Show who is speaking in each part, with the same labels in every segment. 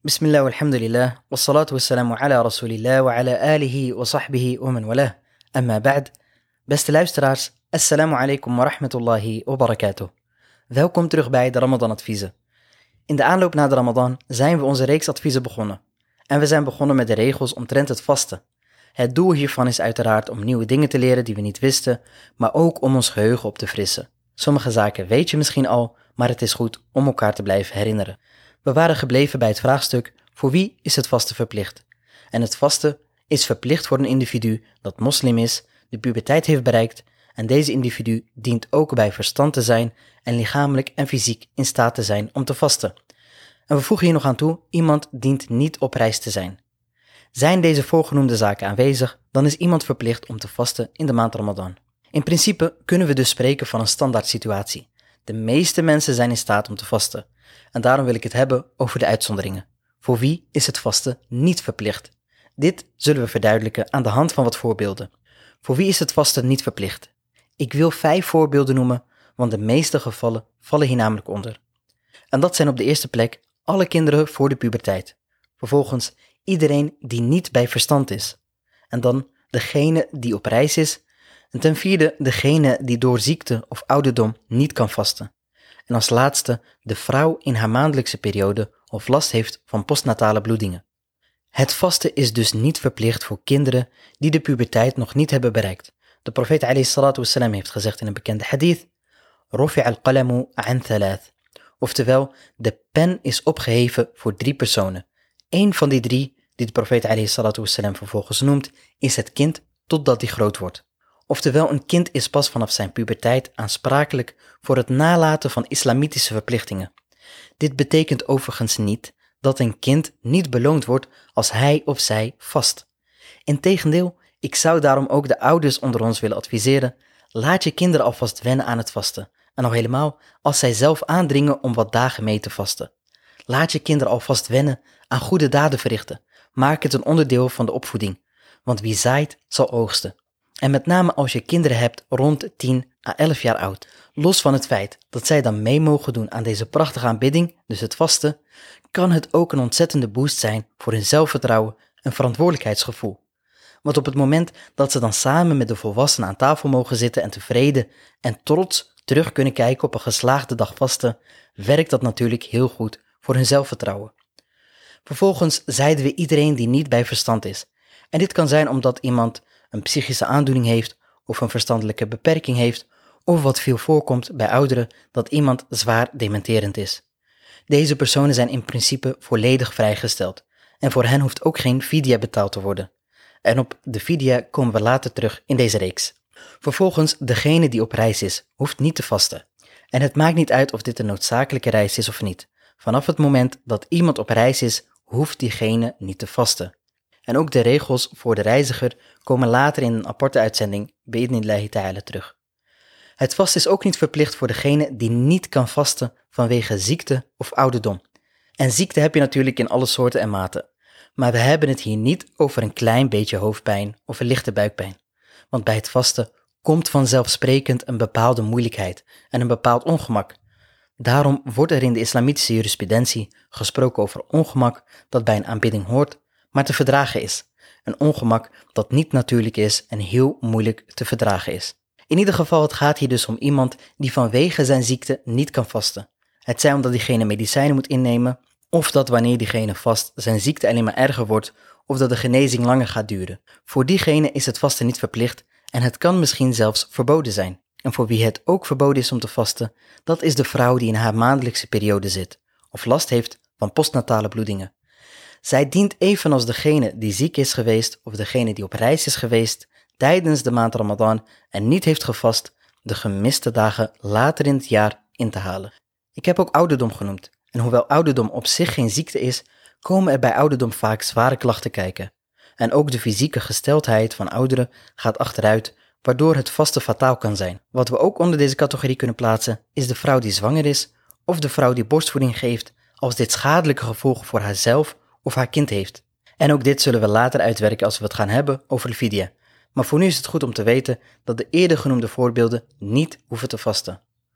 Speaker 1: Bismillah walhamdulillah, wassalatu wassalamu ala rasulillah wa ala alihi wa sahbihi wa man walah. Amma ba'd. Beste luisteraars, assalamu alaikum wa rahmatullahi wa barakatuh. Welkom terug bij de Ramadan-adviezen. In de aanloop naar de Ramadan zijn we onze reeks adviezen begonnen. En we zijn begonnen met de regels omtrent het vasten. Het doel hiervan is uiteraard om nieuwe dingen te leren die we niet wisten, maar ook om ons geheugen op te frissen. Sommige zaken weet je misschien al, maar het is goed om elkaar te blijven herinneren. We waren gebleven bij het vraagstuk: voor wie is het vasten verplicht? En het vasten is verplicht voor een individu dat moslim is, de puberteit heeft bereikt en deze individu dient ook bij verstand te zijn en lichamelijk en fysiek in staat te zijn om te vasten. En we voegen hier nog aan toe, iemand dient niet op reis te zijn. Zijn deze voorgenoemde zaken aanwezig, dan is iemand verplicht om te vasten in de maand Ramadan. In principe kunnen we dus spreken van een standaard situatie. De meeste mensen zijn in staat om te vasten. En daarom wil ik het hebben over de uitzonderingen. Voor wie is het vasten niet verplicht? Dit zullen we verduidelijken aan de hand van wat voorbeelden. Voor wie is het vasten niet verplicht? Ik wil 5 voorbeelden noemen, want de meeste gevallen vallen hier namelijk onder. En dat zijn op de eerste plek alle kinderen voor de puberteit. Vervolgens iedereen die niet bij verstand is. En dan degene die op reis is. En ten vierde degene die door ziekte of ouderdom niet kan vasten. En als laatste de vrouw in haar maandelijkse periode of last heeft van postnatale bloedingen. Het vasten is dus niet verplicht voor kinderen die de puberteit nog niet hebben bereikt. De profeet alayhi salatu wassalam heeft gezegd in een bekende hadith: Rufi'a al-qalamu an thalath. Oftewel, de pen is opgeheven voor 3 personen. Eén van die 3, die de profeet alayhi salatu wassalam vervolgens noemt, is het kind totdat hij groot wordt. Oftewel, een kind is pas vanaf zijn puberteit aansprakelijk voor het nalaten van islamitische verplichtingen. Dit betekent overigens niet dat een kind niet beloond wordt als hij of zij vast. Integendeel, ik zou daarom ook de ouders onder ons willen adviseren: laat je kinderen alvast wennen aan het vasten. En al helemaal als zij zelf aandringen om wat dagen mee te vasten. Laat je kinderen alvast wennen aan goede daden verrichten. Maak het een onderdeel van de opvoeding. Want wie zaait, zal oogsten. En met name als je kinderen hebt rond 10 à 11 jaar oud. Los van het feit dat zij dan mee mogen doen aan deze prachtige aanbidding, dus het vasten, kan het ook een ontzettende boost zijn voor hun zelfvertrouwen en verantwoordelijkheidsgevoel. Want op het moment dat ze dan samen met de volwassenen aan tafel mogen zitten en tevreden en trots terug kunnen kijken op een geslaagde dag vasten, werkt dat natuurlijk heel goed voor hun zelfvertrouwen. Vervolgens zeiden we iedereen die niet bij verstand is. En dit kan zijn omdat iemand een psychische aandoening heeft of een verstandelijke beperking heeft, of wat veel voorkomt bij ouderen, dat iemand zwaar dementerend is. Deze personen zijn in principe volledig vrijgesteld en voor hen hoeft ook geen fidya betaald te worden. En op de fidya komen we later terug in deze reeks. Vervolgens, degene die op reis is, hoeft niet te vasten. En het maakt niet uit of dit een noodzakelijke reis is of niet. Vanaf het moment dat iemand op reis is, hoeft diegene niet te vasten. En ook de regels voor de reiziger komen later in een aparte uitzending, bi'idnillahi ta'ala, terug. Het vasten is ook niet verplicht voor degene die niet kan vasten vanwege ziekte of ouderdom. En ziekte heb je natuurlijk in alle soorten en maten. Maar we hebben het hier niet over een klein beetje hoofdpijn of een lichte buikpijn. Want bij het vasten komt vanzelfsprekend een bepaalde moeilijkheid en een bepaald ongemak. Daarom wordt er in de islamitische jurisprudentie gesproken over ongemak dat bij een aanbidding hoort, maar te verdragen is. Een ongemak dat niet natuurlijk is en heel moeilijk te verdragen is. In ieder geval, het gaat hier dus om iemand die vanwege zijn ziekte niet kan vasten. Het zij omdat diegene medicijnen moet innemen, of dat wanneer diegene vast zijn ziekte alleen maar erger wordt, of dat de genezing langer gaat duren. Voor diegene is het vasten niet verplicht en het kan misschien zelfs verboden zijn. En voor wie het ook verboden is om te vasten, dat is de vrouw die in haar maandelijkse periode zit, of last heeft van postnatale bloedingen. Zij dient evenals degene die ziek is geweest of degene die op reis is geweest tijdens de maand Ramadan en niet heeft gevast, de gemiste dagen later in het jaar in te halen. Ik heb ook ouderdom genoemd. En hoewel ouderdom op zich geen ziekte is, komen er bij ouderdom vaak zware klachten kijken. En ook de fysieke gesteldheid van ouderen gaat achteruit, waardoor het vasten fataal kan zijn. Wat we ook onder deze categorie kunnen plaatsen, is de vrouw die zwanger is of de vrouw die borstvoeding geeft, als dit schadelijke gevolgen voor haarzelf of haar kind heeft. En ook dit zullen we later uitwerken als we het gaan hebben over de fidya. Maar voor nu is het goed om te weten dat de eerder genoemde voorbeelden niet hoeven te vasten.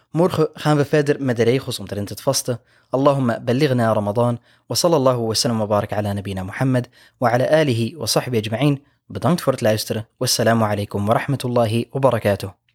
Speaker 1: Morgen gaan we verder met de regels omtrent het vasten. Allahumma ballighna Ramadan. Wa sallallahu wa sallam wa barak ala nabina Muhammad. Wa ala alihi wa sahbihi ajma'in. Bedankt voor het luisteren. Wassalamu alaikum wa rahmatullahi wa barakatuh.